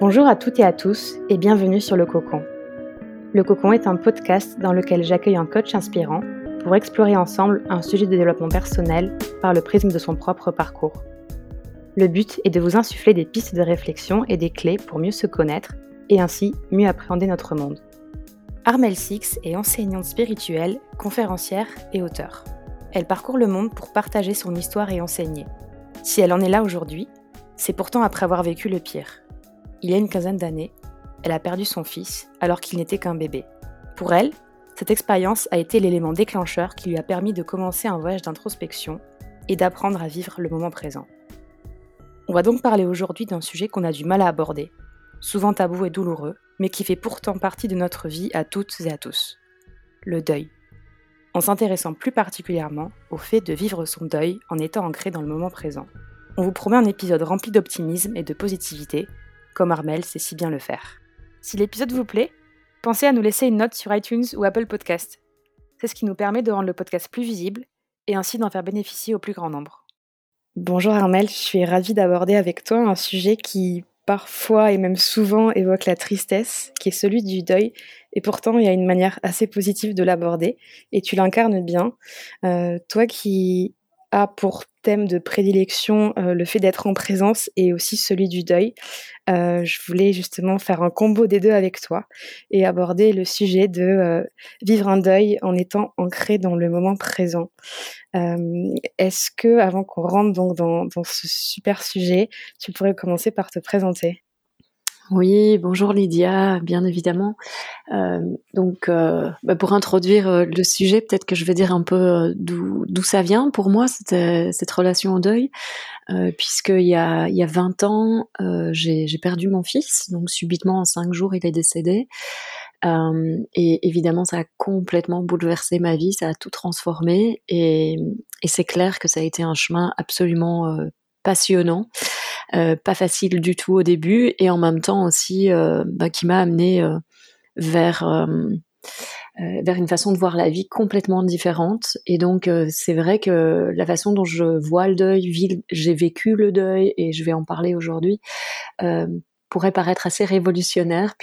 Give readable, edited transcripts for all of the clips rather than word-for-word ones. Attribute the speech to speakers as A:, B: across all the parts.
A: Bonjour à toutes et à tous et bienvenue sur Le Cocon. Le Cocon est un podcast dans lequel j'accueille un coach inspirant pour explorer ensemble un sujet de développement personnel par le prisme de son propre parcours. Le but est de vous insuffler des pistes de réflexion et des clés pour mieux se connaître et ainsi mieux appréhender notre monde. Armelle Six est enseignante spirituelle, conférencière et auteure. Elle parcourt le monde pour partager son histoire et enseigner. Si elle en est là aujourd'hui, c'est pourtant après avoir vécu le pire. Il y a une quinzaine d'années, elle a perdu son fils alors qu'il n'était qu'un bébé. Pour elle, cette expérience a été l'élément déclencheur qui lui a permis de commencer un voyage d'introspection et d'apprendre à vivre le moment présent. On va donc parler aujourd'hui d'un sujet qu'on a du mal à aborder, souvent tabou et douloureux, mais qui fait pourtant partie de notre vie à toutes et à tous. Le deuil. En s'intéressant plus particulièrement au fait de vivre son deuil en étant ancré dans le moment présent. On vous promet un épisode rempli d'optimisme et de positivité, comme Armelle sait si bien le faire. Si l'épisode vous plaît, pensez à nous laisser une note sur iTunes ou Apple Podcast. C'est ce qui nous permet de rendre le podcast plus visible et ainsi d'en faire bénéficier au plus grand nombre. Bonjour Armelle, je suis ravie d'aborder avec toi un sujet qui parfois et même souvent évoque la tristesse, qui est celui du deuil, et pourtant il y a une manière assez positive de l'aborder, et tu l'incarnes bien. Toi qui as pour thème de prédilection le fait d'être en présence et aussi celui du deuil, je voulais justement faire un combo des deux avec toi et aborder le sujet de vivre un deuil en étant ancré dans le moment présent. Est-ce que, avant qu'on rentre donc dans ce super sujet, tu pourrais commencer par te présenter?
B: Oui, bonjour Lydia, bien évidemment. Pour introduire le sujet, peut-être que je vais dire un peu d'où ça vient pour moi, cette relation au deuil, puisqu'il y a 20 ans, j'ai perdu mon fils, donc subitement en 5 jours il est décédé. Et évidemment ça a complètement bouleversé ma vie, ça a tout transformé et c'est clair que ça a été un chemin absolument passionnant. Pas facile du tout au début et en même temps aussi qui m'a amenée vers une façon de voir la vie complètement différente. Et donc c'est vrai que la façon dont je vois le deuil, j'ai vécu le deuil et je vais en parler aujourd'hui, pourrait paraître assez révolutionnaire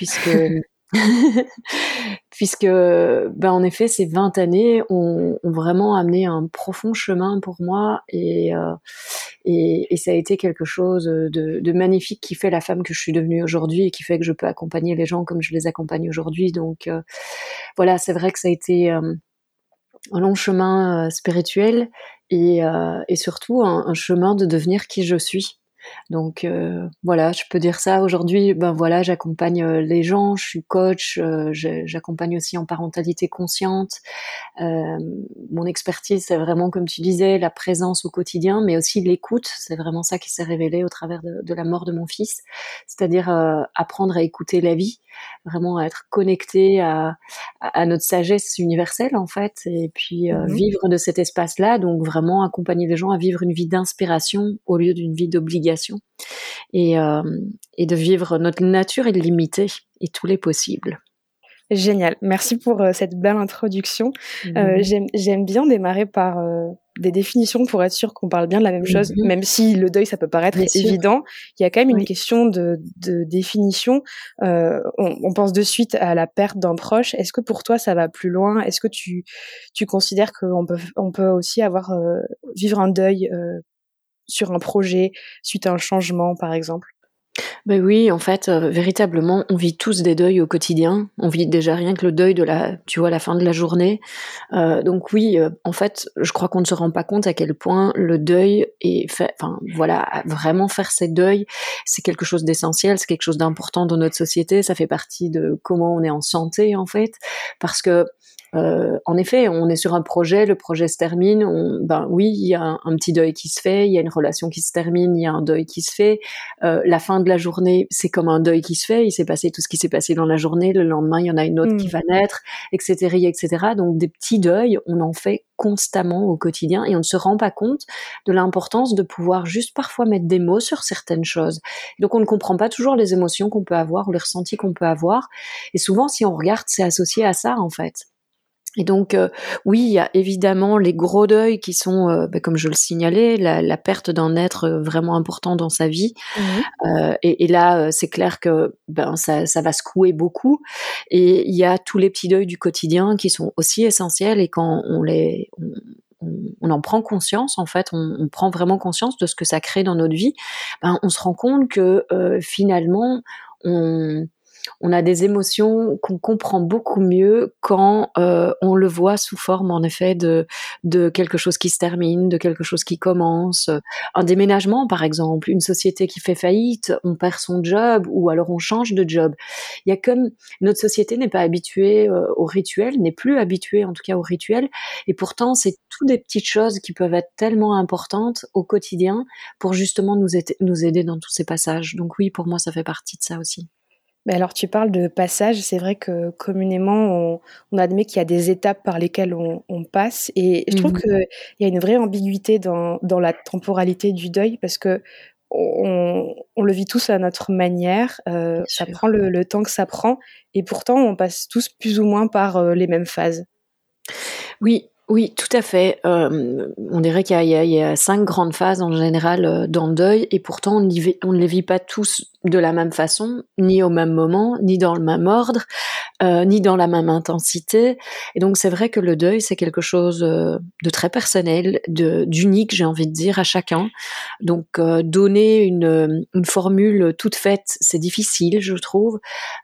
B: puisque en effet ces 20 années ont vraiment amené un profond chemin pour moi et ça a été quelque chose de magnifique qui fait la femme que je suis devenue aujourd'hui et qui fait que je peux accompagner les gens comme je les accompagne aujourd'hui. Donc voilà, c'est vrai que ça a été un long chemin spirituel et surtout un chemin de devenir qui je suis. Donc voilà, je peux dire ça aujourd'hui. Voilà, j'accompagne les gens, je suis coach, j'accompagne aussi en parentalité consciente. Mon expertise, c'est vraiment, comme tu disais, la présence au quotidien, mais aussi l'écoute. C'est vraiment ça qui s'est révélé au travers de la mort de mon fils, c'est-à-dire apprendre à écouter la vie, vraiment à être connecté à notre sagesse universelle en fait, et puis vivre de cet espace-là. Donc vraiment accompagner les gens à vivre une vie d'inspiration au lieu d'une vie d'obligation, et de vivre notre nature illimitée et tous les possibles.
A: Génial, merci pour cette belle introduction. J'aime bien démarrer par des définitions pour être sûr qu'on parle bien de la même chose, même si le deuil, ça peut paraître évident. Il y a quand même une question de définition. On pense de suite à la perte d'un proche. Est-ce que pour toi, ça va plus loin? Est-ce que tu considères qu'on peut aussi vivre un deuil sur un projet, suite à un changement, par exemple?
B: Oui, en fait, véritablement, on vit tous des deuils au quotidien. On vit déjà rien que le deuil de la fin de la journée. Donc oui, en fait, je crois qu'on ne se rend pas compte à quel point le deuil vraiment faire ces deuils, c'est quelque chose d'essentiel, c'est quelque chose d'important dans notre société. Ça fait partie de comment on est en santé, en fait, parce que en effet, on est sur un projet, le projet se termine, oui, il y a un petit deuil qui se fait, il y a une relation qui se termine, il y a un deuil qui se fait. La fin de la journée, c'est comme un deuil qui se fait, il s'est passé tout ce qui s'est passé dans la journée, le lendemain, il y en a une autre qui va naître, etc., etc. Donc des petits deuils, on en fait constamment au quotidien et on ne se rend pas compte de l'importance de pouvoir juste parfois mettre des mots sur certaines choses. Donc on ne comprend pas toujours les émotions qu'on peut avoir ou les ressentis qu'on peut avoir. Et souvent, si on regarde, c'est associé à ça, en fait. Et donc, oui, il y a évidemment les gros deuils qui sont, comme je le signalais, la perte d'un être vraiment important dans sa vie.
A: Mmh.
B: Et là, c'est clair que ça va secouer beaucoup. Et il y a tous les petits deuils du quotidien qui sont aussi essentiels, et quand on en prend conscience, en fait, on prend vraiment conscience de ce que ça crée dans notre vie, on se rend compte que finalement, on on a des émotions qu'on comprend beaucoup mieux quand on le voit sous forme, en effet, de quelque chose qui se termine, de quelque chose qui commence. Un déménagement, par exemple, une société qui fait faillite, on perd son job, ou alors on change de job. Il y a comme notre société n'est pas habituée au rituel, n'est plus habituée en tout cas au rituel, et pourtant c'est toutes des petites choses qui peuvent être tellement importantes au quotidien pour justement nous aider dans tous ces passages. Donc oui, pour moi, ça fait partie de ça aussi.
A: Mais alors tu parles de passage, c'est vrai que communément on admet qu'il y a des étapes par lesquelles on passe et je trouve
B: Mmh.
A: qu'il y a une vraie ambiguïté dans la temporalité du deuil parce qu'on le vit tous à notre manière,
B: Bien
A: ça
B: sûr.
A: prend le temps que ça prend et pourtant on passe tous plus ou moins par, les mêmes phases.
B: Oui, oui, tout à fait. On dirait qu'il y a 5 grandes phases en général, dans le deuil, et pourtant on ne les vit pas tous de la même façon, ni au même moment, ni dans le même ordre, ni dans la même intensité. Et donc c'est vrai que le deuil, c'est quelque chose, de très personnel, d'unique, j'ai envie de dire, à chacun. Donc donner une formule toute faite, c'est difficile, je trouve.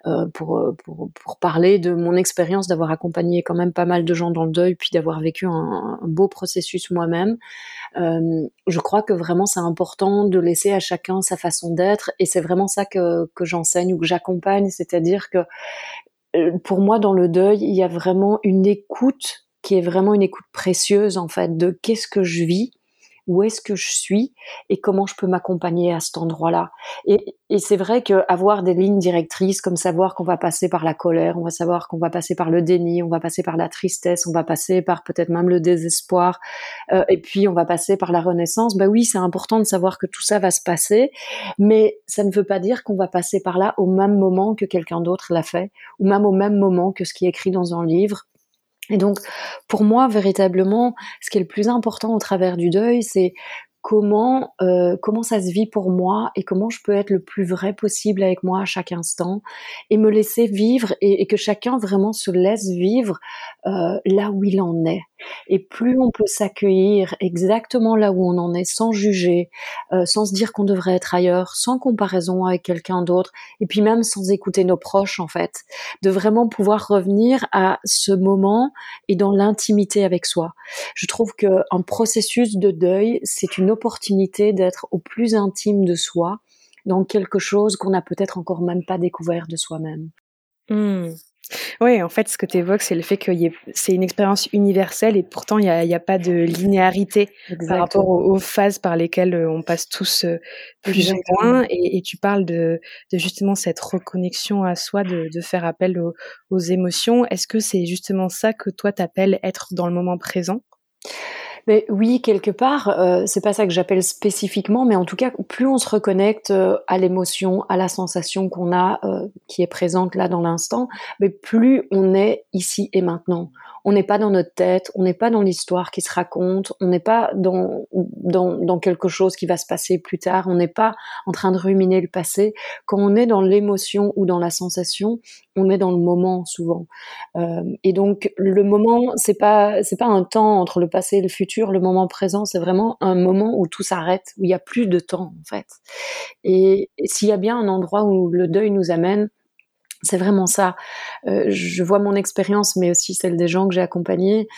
B: Pour parler de mon expérience d'avoir accompagné quand même pas mal de gens dans le deuil, puis d'avoir vécu un beau processus moi-même, je crois que vraiment c'est important de laisser à chacun sa façon d'être, et c'est vraiment ça que j'enseigne ou que j'accompagne. C'est-à-dire que pour moi, dans le deuil, il y a vraiment une écoute qui est vraiment une écoute précieuse, en fait, de qu'est-ce que je vis, où est-ce que je suis et comment je peux m'accompagner à cet endroit-là. Et c'est vrai qu'avoir des lignes directrices, comme savoir qu'on va passer par la colère, on va savoir qu'on va passer par le déni, on va passer par la tristesse, on va passer par peut-être même le désespoir, et puis on va passer par la renaissance. Oui, c'est important de savoir que tout ça va se passer, mais ça ne veut pas dire qu'on va passer par là au même moment que quelqu'un d'autre l'a fait, ou même au même moment que ce qui est écrit dans un livre. Et donc, pour moi, véritablement, ce qui est le plus important au travers du deuil, c'est comment ça se vit pour moi, et comment je peux être le plus vrai possible avec moi à chaque instant, et me laisser vivre, et que chacun vraiment se laisse vivre là où il en est. Et plus on peut s'accueillir exactement là où on en est, sans juger, sans se dire qu'on devrait être ailleurs, sans comparaison avec quelqu'un d'autre, et puis même sans écouter nos proches, en fait, de vraiment pouvoir revenir à ce moment et dans l'intimité avec soi. Je trouve qu'un processus de deuil, c'est une opportunité d'être au plus intime de soi, dans quelque chose qu'on n'a peut-être encore même pas découvert de soi-même.
A: Mmh. Ouais, en fait, ce que tu évoques, c'est le fait qu'il y ait c'est une expérience universelle et pourtant il y a pas de linéarité par rapport
B: Exactement,
A: aux phases par lesquelles, on passe tous, plus ou
B: exactement.
A: moins et tu parles de justement cette reconnexion à soi, de faire appel aux émotions. Est-ce que c'est justement ça que toi tu appelles être dans le moment présent?
B: Mais oui, quelque part, c'est pas ça que j'appelle spécifiquement, mais en tout cas, plus on se reconnecte, à l'émotion, à la sensation qu'on a, qui est présente là dans l'instant, mais plus on est ici et maintenant. On n'est pas dans notre tête, on n'est pas dans l'histoire qui se raconte, on n'est pas dans quelque chose qui va se passer plus tard, on n'est pas en train de ruminer le passé. Quand on est dans l'émotion ou dans la sensation, on est dans le moment souvent. Et donc le moment, c'est pas un temps entre le passé et le futur. Le moment présent, c'est vraiment un moment où tout s'arrête, où il y a plus de temps, en fait. Et s'il y a bien un endroit où le deuil nous amène, c'est vraiment ça. Je vois mon expérience, mais aussi celle des gens que j'ai accompagnés.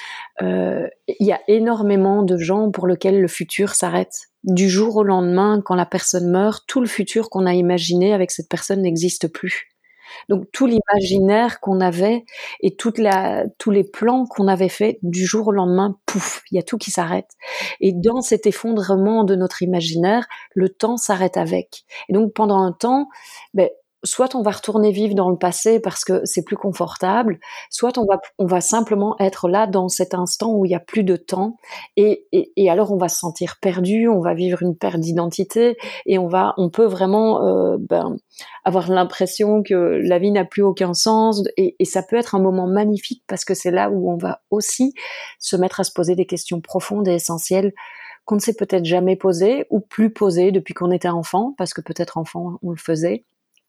B: Il y a énormément de gens pour lesquels le futur s'arrête. Du jour au lendemain, quand la personne meurt, tout le futur qu'on a imaginé avec cette personne n'existe plus. Donc tout l'imaginaire qu'on avait et tous les plans qu'on avait faits, du jour au lendemain, pouf, il y a tout qui s'arrête. Et dans cet effondrement de notre imaginaire, le temps s'arrête avec. Et donc pendant un temps, beh, soit on va retourner vivre dans le passé parce que c'est plus confortable, soit on va simplement être là dans cet instant où il y a plus de temps et alors on va se sentir perdu, on va vivre une perte d'identité et on peut vraiment avoir l'impression que la vie n'a plus aucun sens et ça peut être un moment magnifique parce que c'est là où on va aussi se mettre à se poser des questions profondes et essentielles qu'on ne s'est peut-être jamais posées ou plus posées depuis qu'on était enfant parce que peut-être enfant on le faisait.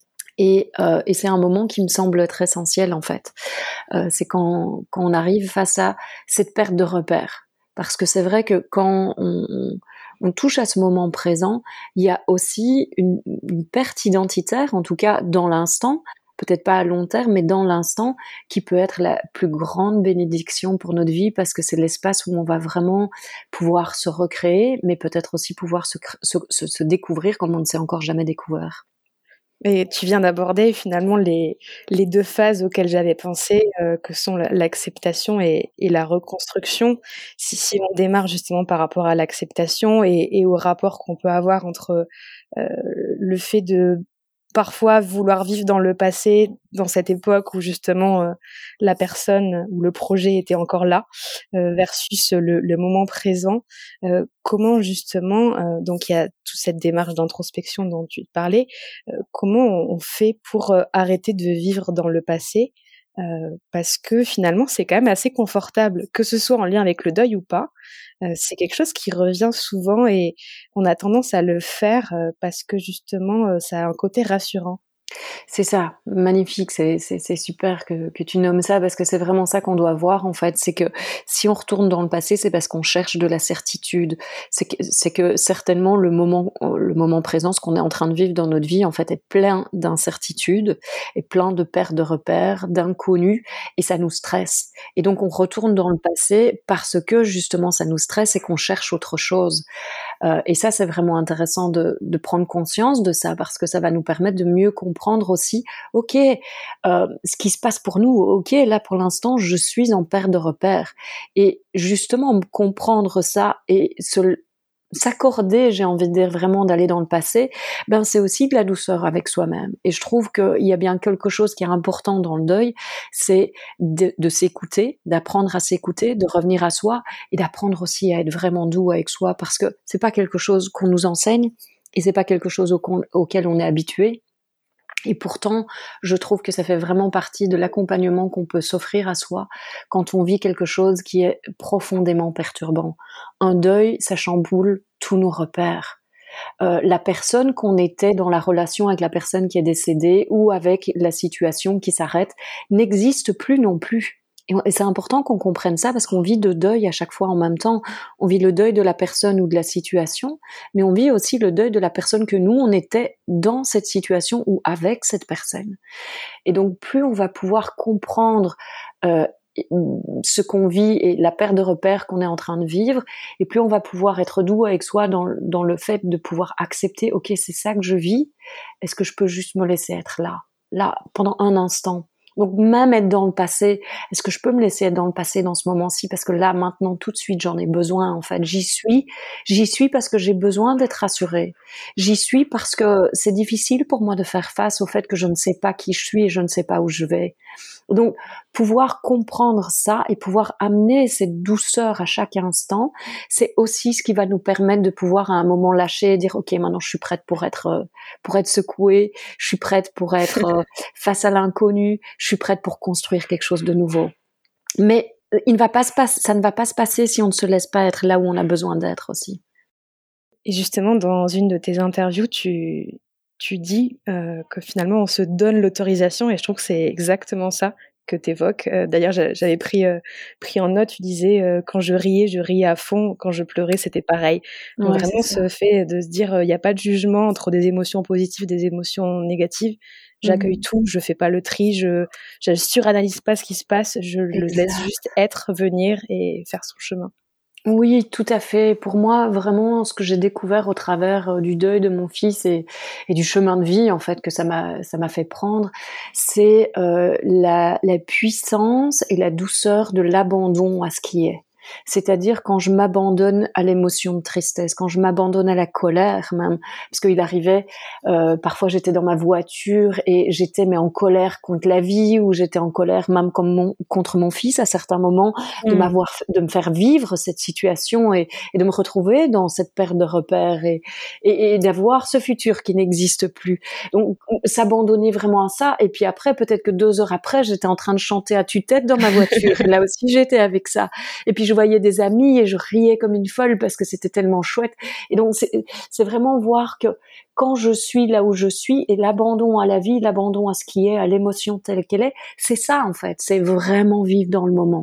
B: Et c'est un moment qui me semble être essentiel en fait. C'est quand on arrive face à cette perte de repères. Parce que c'est vrai que quand on touche à ce moment présent, il y a aussi une perte identitaire, en tout cas dans l'instant, peut-être pas à long terme, mais dans l'instant, qui peut être la plus grande bénédiction pour notre vie, parce que c'est l'espace où on va vraiment pouvoir se recréer, mais peut-être aussi pouvoir se découvrir comme on ne s'est encore jamais découvert.
A: Et tu viens d'aborder finalement les 2 phases auxquelles j'avais pensé, que sont l'acceptation et la reconstruction. Si on démarre justement par rapport à l'acceptation et au rapport qu'on peut avoir entre, le fait de parfois vouloir vivre dans le passé, dans cette époque où justement, la personne ou le projet était encore là, versus le moment présent. Comment justement, donc il y a toute cette démarche d'introspection dont tu parlais, comment on fait pour, arrêter de vivre dans le passé? Parce que finalement c'est quand même assez confortable, que ce soit en lien avec le deuil ou pas. C'est quelque chose qui revient souvent et on a tendance à le faire, parce que justement, ça a un côté rassurant.
B: C'est ça, magnifique, c'est super que tu nommes ça parce que c'est vraiment ça qu'on doit voir en fait. C'est que si on retourne dans le passé, c'est parce qu'on cherche de la certitude. C'est que certainement le moment présent, ce qu'on est en train de vivre dans notre vie en fait est plein d'incertitudes et plein de pertes de repères, d'inconnus et ça nous stresse. Et donc on retourne dans le passé parce que justement ça nous stresse et qu'on cherche autre chose. Et ça, c'est vraiment intéressant de prendre conscience de ça parce que ça va nous permettre de mieux comprendre aussi, ok, ce qui se passe pour nous, ok, là pour l'instant, je suis en perte de repères. Et justement, comprendre ça et s'accorder, j'ai envie de dire vraiment d'aller dans le passé, ben c'est aussi de la douceur avec soi-même. Et je trouve qu'il y a bien quelque chose qui est important dans le deuil, c'est de s'écouter, d'apprendre à s'écouter, de revenir à soi et d'apprendre aussi à être vraiment doux avec soi parce que c'est pas quelque chose qu'on nous enseigne et c'est pas quelque chose auquel on est habitué. Et pourtant, je trouve que ça fait vraiment partie de l'accompagnement qu'on peut s'offrir à soi quand on vit quelque chose qui est profondément perturbant. Un deuil, ça chamboule tous nos repères. La personne qu'on était dans la relation avec la personne qui est décédée ou avec la situation qui s'arrête n'existe plus non plus. Et c'est important qu'on comprenne ça parce qu'on vit de deuil à chaque fois en même temps. On vit le deuil de la personne ou de la situation, mais on vit aussi le deuil de la personne que nous, on était dans cette situation ou avec cette personne. Et donc, plus on va pouvoir comprendre euh, ce qu'on vit et la perte de repères qu'on est en train de vivre, et plus on va pouvoir être doux avec soi dans le fait de pouvoir accepter, ok, c'est ça que je vis, est-ce que je peux juste me laisser être là, pendant un instant. Donc même être dans le passé, est-ce que je peux me laisser être dans le passé dans ce moment-ci parce que là, maintenant, tout de suite, j'en ai besoin en fait. J'y suis parce que j'ai besoin d'être rassurée. J'y suis parce que c'est difficile pour moi de faire face au fait que je ne sais pas qui je suis et je ne sais pas où je vais. Donc, pouvoir comprendre ça et pouvoir amener cette douceur à chaque instant, c'est aussi ce qui va nous permettre de pouvoir à un moment lâcher et dire, OK, maintenant je suis prête pour être secouée, je suis prête pour être face à l'inconnu, je suis prête pour construire quelque chose de nouveau. Mais ça ne va pas se passer si on ne se laisse pas être là où on a besoin d'être aussi.
A: Et justement, dans une de tes interviews, tu dis, que finalement on se donne l'autorisation et je trouve que c'est exactement ça que tu évoques. D'ailleurs, j'avais pris en note, tu disais, «Quand je riais à fond, quand je pleurais, c'était pareil». Donc
B: Ouais, c'est
A: vraiment
B: ça.
A: ce fait de se dire, il y a pas de jugement entre des émotions positives, des émotions négatives. J'accueille
B: Mhm.
A: tout, je fais pas le tri, je suranalyse pas ce qui se passe, je le laisse
B: Exact.
A: juste être, venir et faire son chemin.
B: Oui, tout à fait. Pour moi, vraiment, ce que j'ai découvert au travers du deuil de mon fils et du chemin de vie, en fait, que ça m'a fait prendre, c'est la puissance et la douceur de l'abandon à ce qui est. c'est-à-dire quand je m'abandonne à l'émotion de tristesse, quand je m'abandonne à la colère même, parce qu'il arrivait, parfois j'étais dans ma voiture et j'étais mais en colère contre la vie, ou j'étais en colère même contre mon fils à certains moments, de me faire vivre cette situation et de me retrouver dans cette perte de repères et d'avoir ce futur qui n'existe plus. Donc s'abandonner vraiment à ça, et puis après peut-être que 2 heures après j'étais en train de chanter à tue-tête dans ma voiture. Là aussi j'étais avec ça, et puis je voyais des amis et je riais comme une folle parce que c'était tellement chouette. Et donc c'est vraiment voir que quand je suis là où je suis, et l'abandon à la vie, l'abandon à ce qui est, à l'émotion telle qu'elle est, c'est ça en fait, c'est vraiment vivre dans le moment.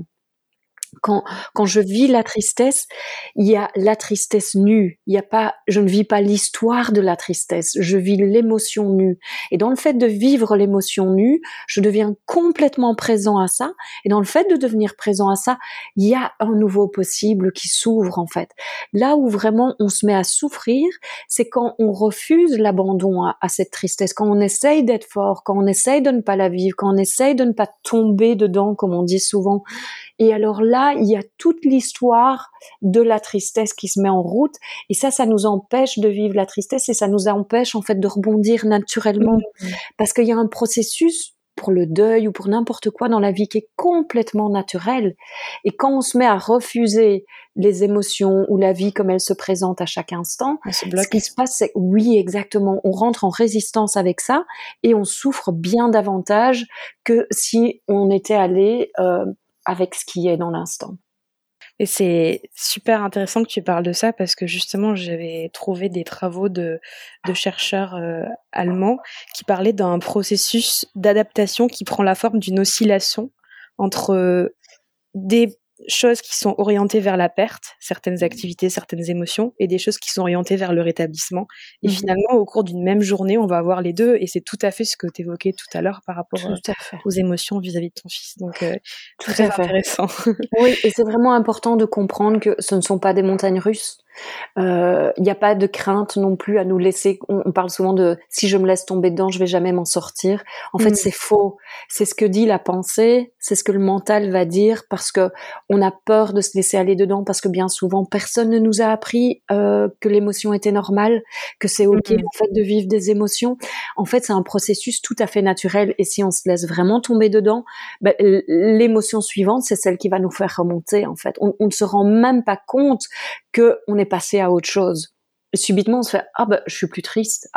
B: Quand je vis la tristesse, il y a la tristesse nue. Il y a pas, je ne vis pas l'histoire de la tristesse. Je vis l'émotion nue. Et dans le fait de vivre l'émotion nue, je deviens complètement présent à ça. Et dans le fait de devenir présent à ça, il y a un nouveau possible qui s'ouvre, en fait. Là où vraiment on se met à souffrir, c'est quand on refuse l'abandon à cette tristesse, quand on essaye d'être fort, quand on essaye de ne pas la vivre, quand on essaye de ne pas tomber dedans, comme on dit souvent. Et alors là, il y a toute l'histoire de la tristesse qui se met en route, et ça nous empêche de vivre la tristesse, et ça nous empêche en fait de rebondir naturellement, parce qu'il y a un processus pour le deuil ou pour n'importe quoi dans la vie qui est complètement naturel. Et quand on se met à refuser les émotions ou la vie comme elle se présente à chaque instant, ce qui se passe, c'est oui, exactement, on rentre en résistance avec ça et on souffre bien davantage que si on était allé avec ce qui est dans l'instant.
A: Et c'est super intéressant que tu parles de ça, parce que justement j'avais trouvé des travaux de chercheurs allemands qui parlaient d'un processus d'adaptation qui prend la forme d'une oscillation entre des choses qui sont orientées vers la perte, certaines activités, certaines émotions, et des choses qui sont orientées vers le rétablissement. Et finalement, au cours d'une même journée, on va avoir les deux, et c'est tout à fait ce que tu évoquais tout à l'heure par rapport aux émotions vis-à-vis de ton fils. Donc, très intéressant.
B: Oui, et c'est vraiment important de comprendre que ce ne sont pas des montagnes russes. Il n'y a pas de crainte non plus à nous laisser. On parle souvent de si je me laisse tomber dedans, je vais jamais m'en sortir. En fait, c'est faux. C'est ce que dit la pensée, c'est ce que le mental va dire, parce que on a peur de se laisser aller dedans, parce que bien souvent personne ne nous a appris que l'émotion était normale, que c'est ok en fait de vivre des émotions. En fait, c'est un processus tout à fait naturel, et si on se laisse vraiment tomber dedans, ben, l'émotion suivante, c'est celle qui va nous faire remonter. En fait, on ne se rend même pas compte que on est passé à autre chose. Et subitement, on se fait je suis plus triste.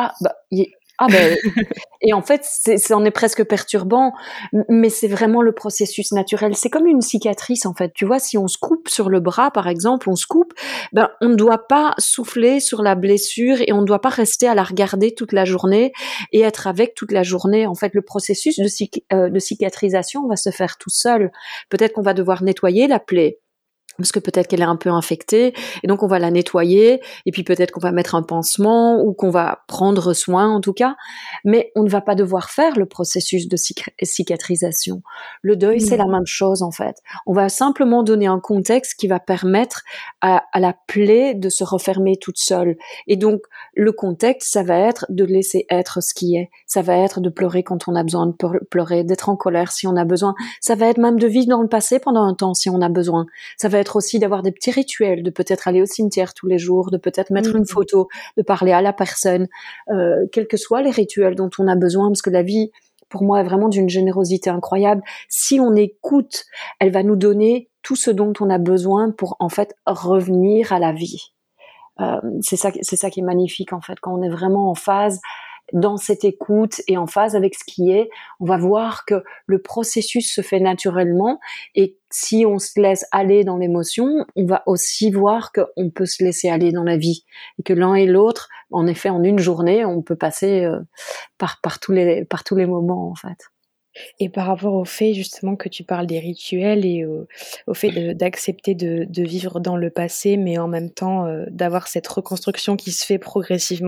B: Et en fait, c'en est presque perturbant, mais c'est vraiment le processus naturel. C'est comme une cicatrice, en fait. Tu vois, si on se coupe sur le bras, par exemple, on ne doit pas souffler sur la blessure, et on ne doit pas rester à la regarder toute la journée et être avec toute la journée. En fait, le processus de cicatrisation va se faire tout seul. Peut-être qu'on va devoir nettoyer la plaie, parce que peut-être qu'elle est un peu infectée, et donc on va la nettoyer, et puis peut-être qu'on va mettre un pansement, ou qu'on va prendre soin en tout cas, mais on ne va pas devoir faire le processus de cicatrisation. Le deuil, c'est la même chose en fait. On va simplement donner un contexte qui va permettre à la plaie de se refermer toute seule. Et donc le contexte, ça va être de laisser être ce qui est. Ça va être de pleurer quand on a besoin de pleurer, d'être en colère si on a besoin. Ça va être même de vivre dans le passé pendant un temps si on a besoin. Ça va être aussi d'avoir des petits rituels, de peut-être aller au cimetière tous les jours, de peut-être mettre une photo, de parler à la personne, quels que soient les rituels dont on a besoin, parce que la vie, pour moi, est vraiment d'une générosité incroyable. Si on écoute, elle va nous donner tout ce dont on a besoin pour en fait revenir à la vie. C'est ça qui est magnifique en fait, quand on est vraiment en phase dans cette écoute et en phase avec ce qui est, on va voir que le processus se fait naturellement, et si on se laisse aller dans l'émotion, on va aussi voir qu'on peut se laisser aller dans la vie, et que l'un et l'autre, en effet, en une journée, on peut passer par tous les moments en fait.
A: Et par rapport au fait justement que tu parles des rituels, et au fait d'accepter de vivre dans le passé, mais en même temps d'avoir cette reconstruction qui se fait progressivement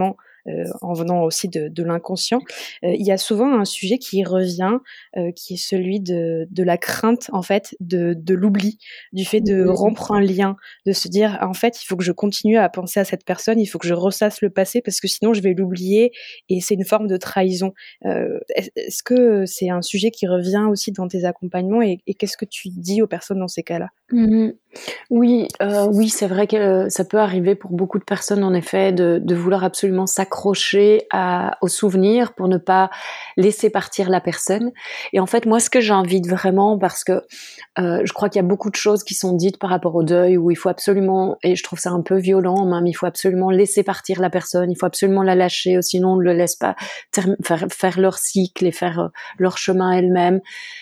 A: en venant aussi de l'inconscient. Il y a souvent un sujet qui revient, qui est celui de la crainte, en fait, de l'oubli, du fait de rompre un lien, de se dire: «En fait, il faut que je continue à penser à cette personne, il faut que je ressasse le passé parce que sinon je vais l'oublier et c'est une forme de trahison». Est-ce que c'est un sujet qui revient aussi dans tes accompagnements et qu'est-ce que tu dis aux personnes dans ces cas-là?
B: Mmh. Oui, oui, c'est vrai que ça peut arriver pour beaucoup de personnes en effet de vouloir absolument s'accrocher aux souvenirs pour ne pas laisser partir la personne. Et en fait, moi, ce que j'invite vraiment, parce que je crois qu'il y a beaucoup de choses qui sont dites par rapport au deuil où il faut absolument, et je trouve ça un peu violent même, il faut absolument laisser partir la personne, il faut absolument la lâcher, sinon on ne le laisse pas faire leur cycle et faire leur chemin elle-même.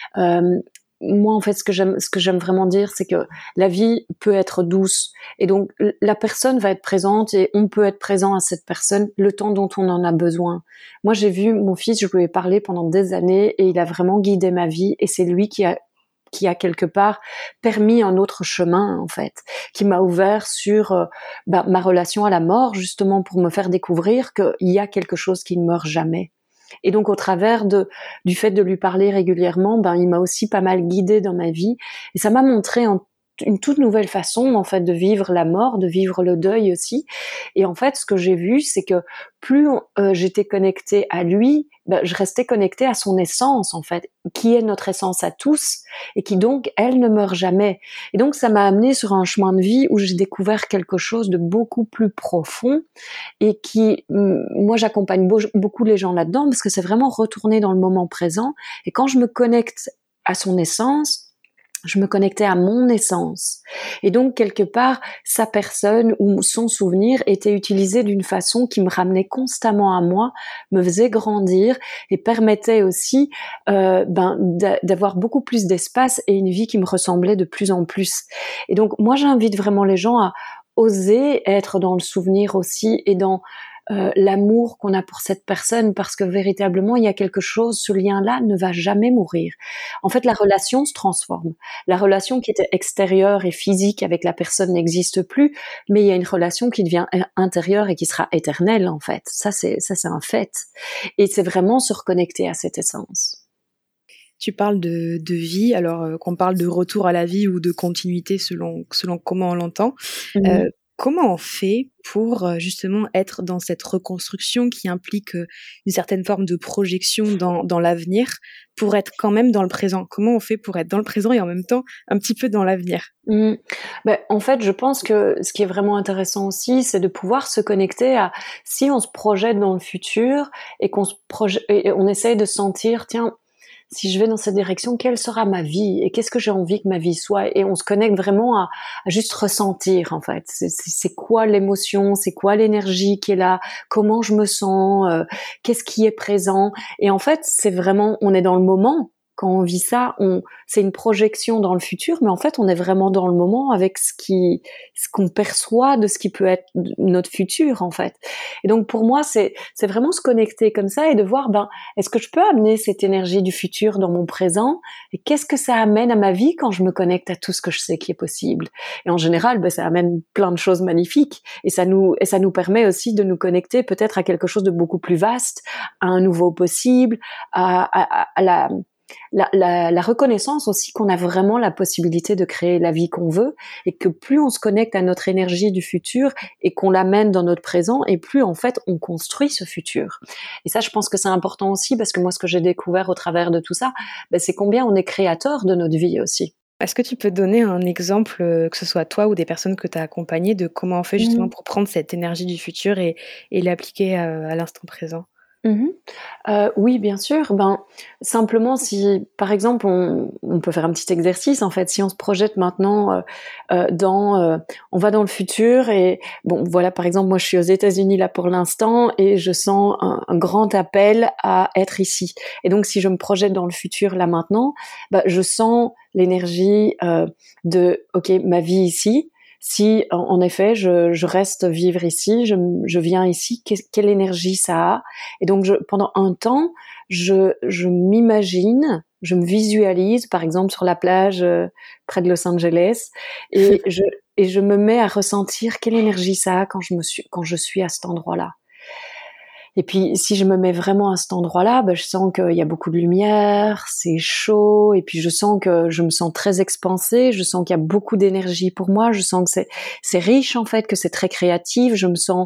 B: Moi, en fait, ce que j'aime vraiment dire, c'est que la vie peut être douce. Et donc, la personne va être présente et on peut être présent à cette personne le temps dont on en a besoin. Moi, j'ai vu mon fils, je lui ai parlé pendant des années et il a vraiment guidé ma vie. Et c'est lui qui a quelque part permis un autre chemin, en fait, qui m'a ouvert sur ma relation à la mort, justement, pour me faire découvrir qu'il y a quelque chose qui ne meurt jamais. Et donc, au travers du fait de lui parler régulièrement, il m'a aussi pas mal guidée dans ma vie. Et ça m'a montré une toute nouvelle façon, en fait, de vivre la mort, de vivre le deuil aussi. Et en fait, ce que j'ai vu, c'est que plus j'étais connectée à lui, je restais connectée à son essence, en fait, qui est notre essence à tous, et qui donc, elle ne meurt jamais. Et donc, ça m'a amenée sur un chemin de vie où j'ai découvert quelque chose de beaucoup plus profond, et qui, moi, j'accompagne beaucoup les gens là-dedans, parce que c'est vraiment retourner dans le moment présent. Et quand je me connecte à son essence, je me connectais à mon essence. Et donc, quelque part, sa personne ou son souvenir était utilisé d'une façon qui me ramenait constamment à moi, me faisait grandir et permettait aussi d'avoir beaucoup plus d'espace et une vie qui me ressemblait de plus en plus. Et donc, moi, j'invite vraiment les gens à oser être dans le souvenir aussi et dans l'amour qu'on a pour cette personne, parce que véritablement, il y a quelque chose, ce lien-là ne va jamais mourir. En fait, la relation se transforme. La relation qui était extérieure et physique avec la personne n'existe plus, mais il y a une relation qui devient intérieure et qui sera éternelle, en fait. Ça, c'est un fait. Et c'est vraiment se reconnecter à cette essence.
A: Tu parles de vie, alors qu'on parle de retour à la vie ou de continuité selon comment on l'entend. Comment on fait pour justement être dans cette reconstruction qui implique une certaine forme de projection dans l'avenir, pour être quand même dans le présent? Comment on fait pour être dans le présent et en même temps un petit peu dans l'avenir?
B: En fait, je pense que ce qui est vraiment intéressant aussi, c'est de pouvoir se connecter à, si on se projette dans le futur et et on essaye de sentir, tiens, si je vais dans cette direction, quelle sera ma vie et qu'est-ce que j'ai envie que ma vie soit, et on se connecte vraiment à juste ressentir, en fait. C'est quoi l'émotion, c'est quoi l'énergie qui est là, comment je me sens, qu'est-ce qui est présent. Et en fait, c'est vraiment, on est dans le moment. Quand on vit ça, c'est une projection dans le futur, mais en fait, on est vraiment dans le moment avec ce qu'on perçoit de ce qui peut être notre futur, en fait. Et donc, pour moi, c'est vraiment se connecter comme ça et de voir, est-ce que je peux amener cette énergie du futur dans mon présent, et qu'est-ce que ça amène à ma vie quand je me connecte à tout ce que je sais qui est possible. Et en général, ça amène plein de choses magnifiques, et ça nous permet aussi de nous connecter peut-être à quelque chose de beaucoup plus vaste, à un nouveau possible, à la reconnaissance aussi qu'on a vraiment la possibilité de créer la vie qu'on veut, et que plus on se connecte à notre énergie du futur et qu'on l'amène dans notre présent, et plus en fait on construit ce futur. Et ça, je pense que c'est important aussi, parce que moi, ce que j'ai découvert au travers de tout ça, c'est combien on est créateur de notre vie aussi.
A: Est-ce que tu peux donner un exemple, que ce soit toi ou des personnes que tu as accompagnées, de comment on fait justement pour prendre cette énergie du futur et l'appliquer, à l'instant présent?
B: Oui, bien sûr. Simplement, si, par exemple, on peut faire un petit exercice, en fait. Si on se projette maintenant on va dans le futur, et bon, voilà, par exemple, moi, je suis aux États-Unis là pour l'instant, et je sens un grand appel à être ici. Et donc, si je me projette dans le futur là maintenant, je sens l'énergie de, ok, ma vie ici. Si en effet je reste vivre ici, je viens ici, quelle énergie ça a. Et donc pendant un temps, je m'imagine, je me visualise, par exemple sur la plage près de Los Angeles, et je me mets à ressentir quelle énergie ça a quand je suis à cet endroit-là. Et puis, si je me mets vraiment à cet endroit-là, je sens qu'il y a beaucoup de lumière, c'est chaud, et puis je sens que je me sens très expansée, je sens qu'il y a beaucoup d'énergie pour moi, je sens que c'est riche en fait, que c'est très créatif, je me sens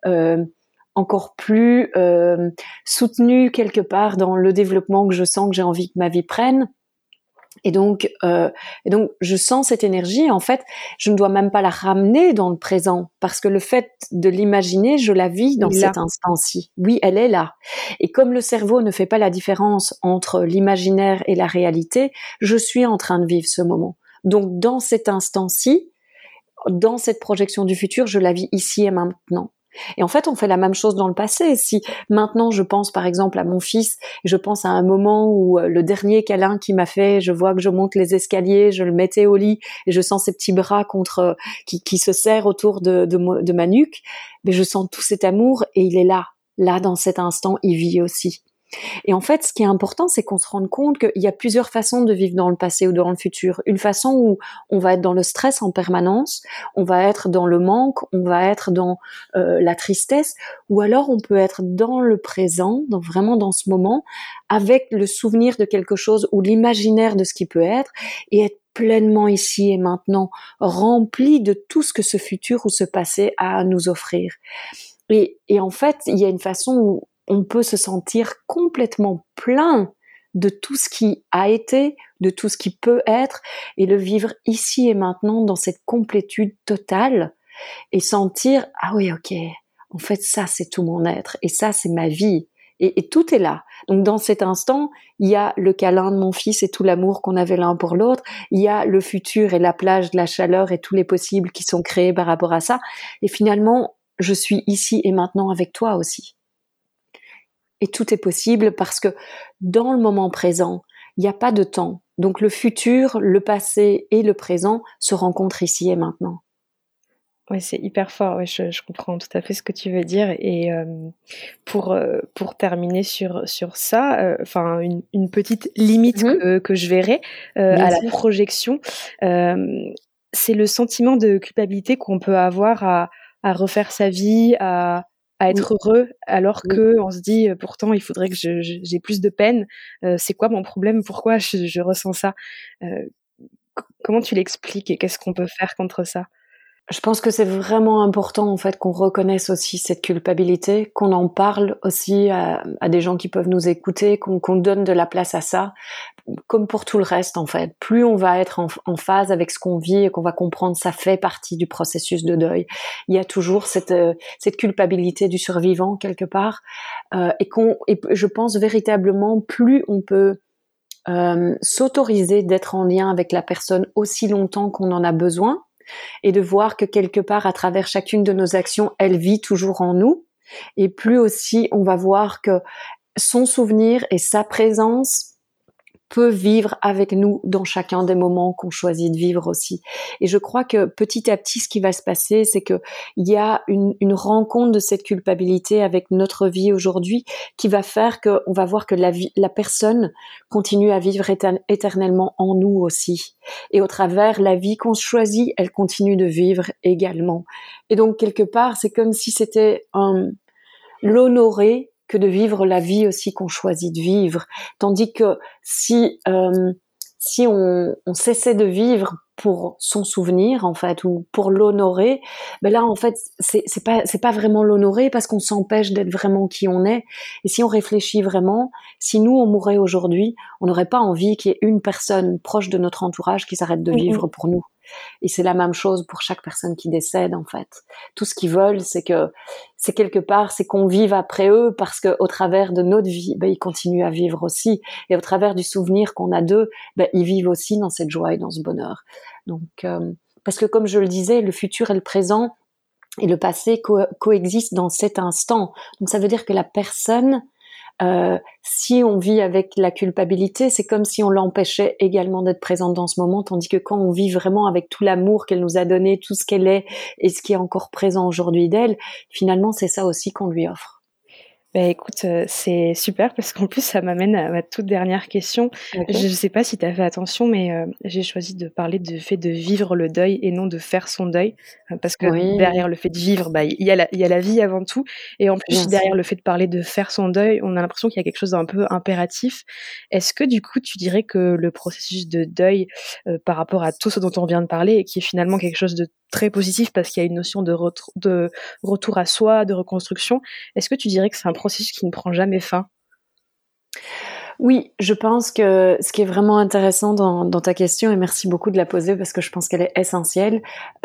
B: encore plus soutenue quelque part dans le développement que je sens que j'ai envie que ma vie prenne. Et donc, je sens cette énergie. En fait, je ne dois même pas la ramener dans le présent, parce que le fait de l'imaginer, je la vis dans cet instant-ci. Oui, elle est là. Et comme le cerveau ne fait pas la différence entre l'imaginaire et la réalité, je suis en train de vivre ce moment. Donc, dans cet instant-ci, dans cette projection du futur, je la vis ici et maintenant. Et en fait, on fait la même chose dans le passé. Si maintenant je pense par exemple à mon fils, je pense à un moment où le dernier câlin qu'il m'a fait, je vois que je monte les escaliers, je le mettais au lit et je sens ses petits bras qui se serrent autour de ma nuque, mais je sens tout cet amour et il est là dans cet instant, il vit aussi. Et en fait, ce qui est important, c'est qu'on se rende compte qu'il y a plusieurs façons de vivre dans le passé ou dans le futur. Une façon où on va être dans le stress en permanence, on va être dans le manque, on va être dans la tristesse, ou alors on peut être dans le présent, vraiment dans ce moment, avec le souvenir de quelque chose ou l'imaginaire de ce qui peut être, et être pleinement ici et maintenant, rempli de tout ce que ce futur ou ce passé a à nous offrir. Et en fait, il y a une façon où on peut se sentir complètement plein de tout ce qui a été, de tout ce qui peut être, et le vivre ici et maintenant dans cette complétude totale, et sentir, ah oui, ok, en fait ça c'est tout mon être, et ça c'est ma vie, et tout est là. Donc dans cet instant, il y a le câlin de mon fils et tout l'amour qu'on avait l'un pour l'autre, il y a le futur et la plage, de la chaleur et tous les possibles qui sont créés par rapport à ça, et finalement, je suis ici et maintenant avec toi aussi. Et tout est possible parce que dans le moment présent, il n'y a pas de temps. Donc le futur, le passé et le présent se rencontrent ici et maintenant.
A: Oui, c'est hyper fort. Ouais, je comprends tout à fait ce que tu veux dire. Et pour terminer sur ça, enfin une petite limite que je verrais à la projection, c'est le sentiment de culpabilité qu'on peut avoir à refaire sa vie, à être heureux, alors que on se dit pourtant il faudrait que j'ai plus de peine. C'est quoi mon problème? Pourquoi je ressens ça? Comment tu l'expliques et qu'est-ce qu'on peut faire contre ça?
B: Je pense que c'est vraiment important en fait qu'on reconnaisse aussi cette culpabilité, qu'on en parle aussi à des gens qui peuvent nous écouter, qu'on donne de la place à ça, comme pour tout le reste en fait. Plus on va être en phase avec ce qu'on vit et qu'on va comprendre ça fait partie du processus de deuil. Il y a toujours cette culpabilité du survivant quelque part, et je pense véritablement plus on peut s'autoriser d'être en lien avec la personne aussi longtemps qu'on en a besoin, et de voir que quelque part, à travers chacune de nos actions, elle vit toujours en nous. Et plus aussi, on va voir que son souvenir et sa présence peut vivre avec nous dans chacun des moments qu'on choisit de vivre aussi. Et je crois que petit à petit, ce qui va se passer, c'est que il y a une rencontre de cette culpabilité avec notre vie aujourd'hui qui va faire qu'on va voir que la personne continue à vivre éternellement en nous aussi. Et au travers la vie qu'on choisit, elle continue de vivre également. Et donc, quelque part, c'est comme si c'était l'honorer que de vivre la vie aussi qu'on choisit de vivre. Tandis que si on cessait de vivre pour son souvenir en fait ou pour l'honorer, là en fait c'est pas vraiment l'honorer parce qu'on s'empêche d'être vraiment qui on est. Et si on réfléchit vraiment, si nous on mourait aujourd'hui, on n'aurait pas envie qu'il y ait une personne proche de notre entourage qui s'arrête de vivre pour nous. Et c'est la même chose pour chaque personne qui décède en fait. Tout ce qu'ils veulent, c'est quelque part, c'est qu'on vive après eux parce que au travers de notre vie, ils continuent à vivre aussi. Et au travers du souvenir qu'on a d'eux, ils vivent aussi dans cette joie et dans ce bonheur. Donc, parce que comme je le disais, le futur et le présent et le passé coexistent dans cet instant. Donc ça veut dire que la personne, si on vit avec la culpabilité, c'est comme si on l'empêchait également d'être présente dans ce moment, tandis que quand on vit vraiment avec tout l'amour qu'elle nous a donné, tout ce qu'elle est et ce qui est encore présent aujourd'hui d'elle, finalement c'est ça aussi qu'on lui offre.
A: Bah, écoute, c'est super parce qu'en plus ça m'amène à ma toute dernière question. Je
B: OK.
A: ne sais pas si tu as fait attention, mais j'ai choisi de parler du fait de vivre le deuil et non de faire son deuil, parce que
B: Oui,
A: derrière le fait de vivre, bah, il y a la vie avant tout et en plus
B: bien
A: derrière
B: sûr.
A: le fait de parler de faire son deuil, on a l'impression qu'il y a quelque chose d'un peu impératif. Est-ce que du coup tu dirais que le processus de deuil, par rapport à tout ce dont on vient de parler et qui est finalement quelque chose de très positif parce qu'il y a une notion de retour à soi, de reconstruction, est-ce que tu dirais que c'est un processus qui ne prend jamais fin?
B: Oui, je pense que ce qui est vraiment intéressant dans ta question et merci beaucoup de la poser parce que je pense qu'elle est essentielle,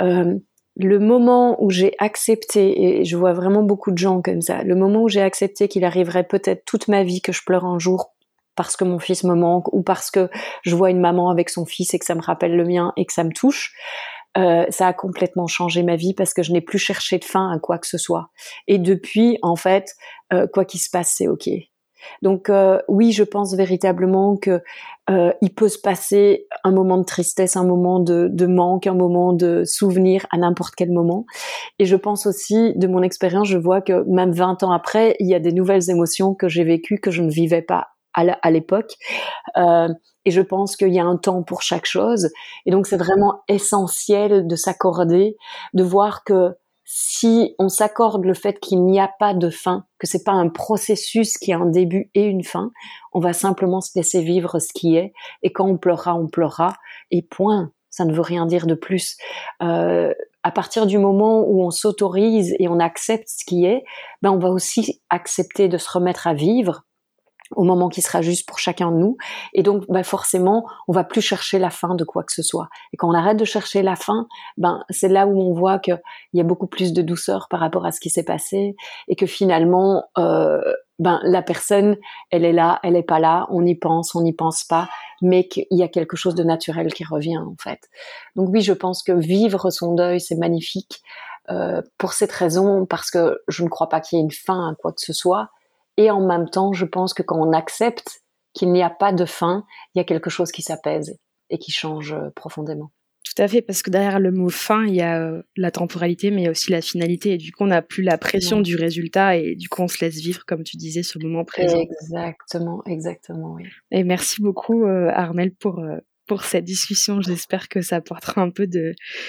B: le moment où j'ai accepté et je vois vraiment beaucoup de gens comme ça, le moment où j'ai accepté qu'il arriverait peut-être toute ma vie que je pleure un jour parce que mon fils me manque ou parce que je vois une maman avec son fils et que ça me rappelle le mien et que ça me touche, ça a complètement changé ma vie parce que je n'ai plus cherché de fin à quoi que ce soit et depuis, en fait, quoi qu'il se passe, c'est OK. Donc oui, je pense véritablement que il peut se passer un moment de tristesse, un moment de manque, un moment de souvenir à n'importe quel moment. Et je pense aussi, de mon expérience, je vois que même 20 ans après, il y a des nouvelles émotions que j'ai vécues que je ne vivais pas à l'époque. Euh, et je pense qu'il y a un temps pour chaque chose. Et donc c'est vraiment essentiel de s'accorder, de voir que si on s'accorde le fait qu'il n'y a pas de fin, que c'est pas un processus qui a un début et une fin, on va simplement se laisser vivre ce qui est. Et quand on pleurera, et point. Ça ne veut rien dire de plus. À partir du moment où on s'autorise et on accepte ce qui est, ben on va aussi accepter de se remettre à vivre au moment qui sera juste pour chacun de nous. Et donc, ben forcément, on va plus chercher la fin de quoi que ce soit. Et quand on arrête de chercher la fin, ben c'est là où on voit qu'il y a beaucoup plus de douceur par rapport à ce qui s'est passé et que finalement, ben la personne, elle est là, elle est pas là, on n'y pense pas, mais qu'il y a quelque chose de naturel qui revient en fait. Donc oui, je pense que vivre son deuil, c'est magnifique. Pour cette raison, parce que je ne crois pas qu'il y ait une fin à quoi que ce soit, et en même temps, je pense que quand on accepte qu'il n'y a pas de fin, il y a quelque chose qui s'apaise et qui change profondément.
A: Tout à fait, parce que derrière le mot fin, il y a, la temporalité, mais il y a aussi la finalité et du coup, on n'a plus la pression
B: Ouais.
A: du résultat et du coup, on se laisse vivre, comme tu disais, ce moment présent.
B: Exactement, exactement, oui.
A: Et merci beaucoup, Armelle pour cette discussion. J'espère que ça apportera un peu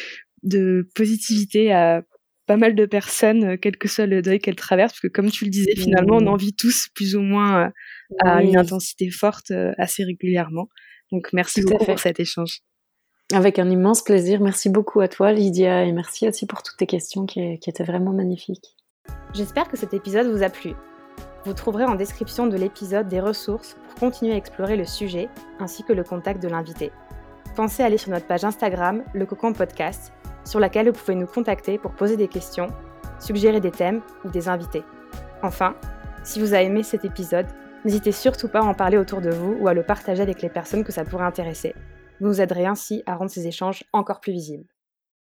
A: de positivité à pas mal de personnes, quel que soit le deuil qu'elles traversent, parce que comme tu le disais, finalement, on en
B: Mmh.
A: vit tous plus ou moins, à une
B: Oui,
A: intensité forte, assez régulièrement. Donc merci
B: tout à
A: beaucoup pour
B: fait.
A: cet échange.
B: Avec un immense plaisir. Merci beaucoup à toi, Lydia, et merci aussi pour toutes tes questions qui étaient vraiment magnifiques.
A: J'espère que cet épisode vous a plu. Vous trouverez en description de l'épisode des ressources pour continuer à explorer le sujet, ainsi que le contact de l'invité. Pensez à aller sur notre page Instagram, Le Cocon Podcast, sur laquelle vous pouvez nous contacter pour poser des questions, suggérer des thèmes ou des invités. Enfin, si vous avez aimé cet épisode, n'hésitez surtout pas à en parler autour de vous ou à le partager avec les personnes que ça pourrait intéresser. Vous nous aiderez ainsi à rendre ces échanges encore plus visibles.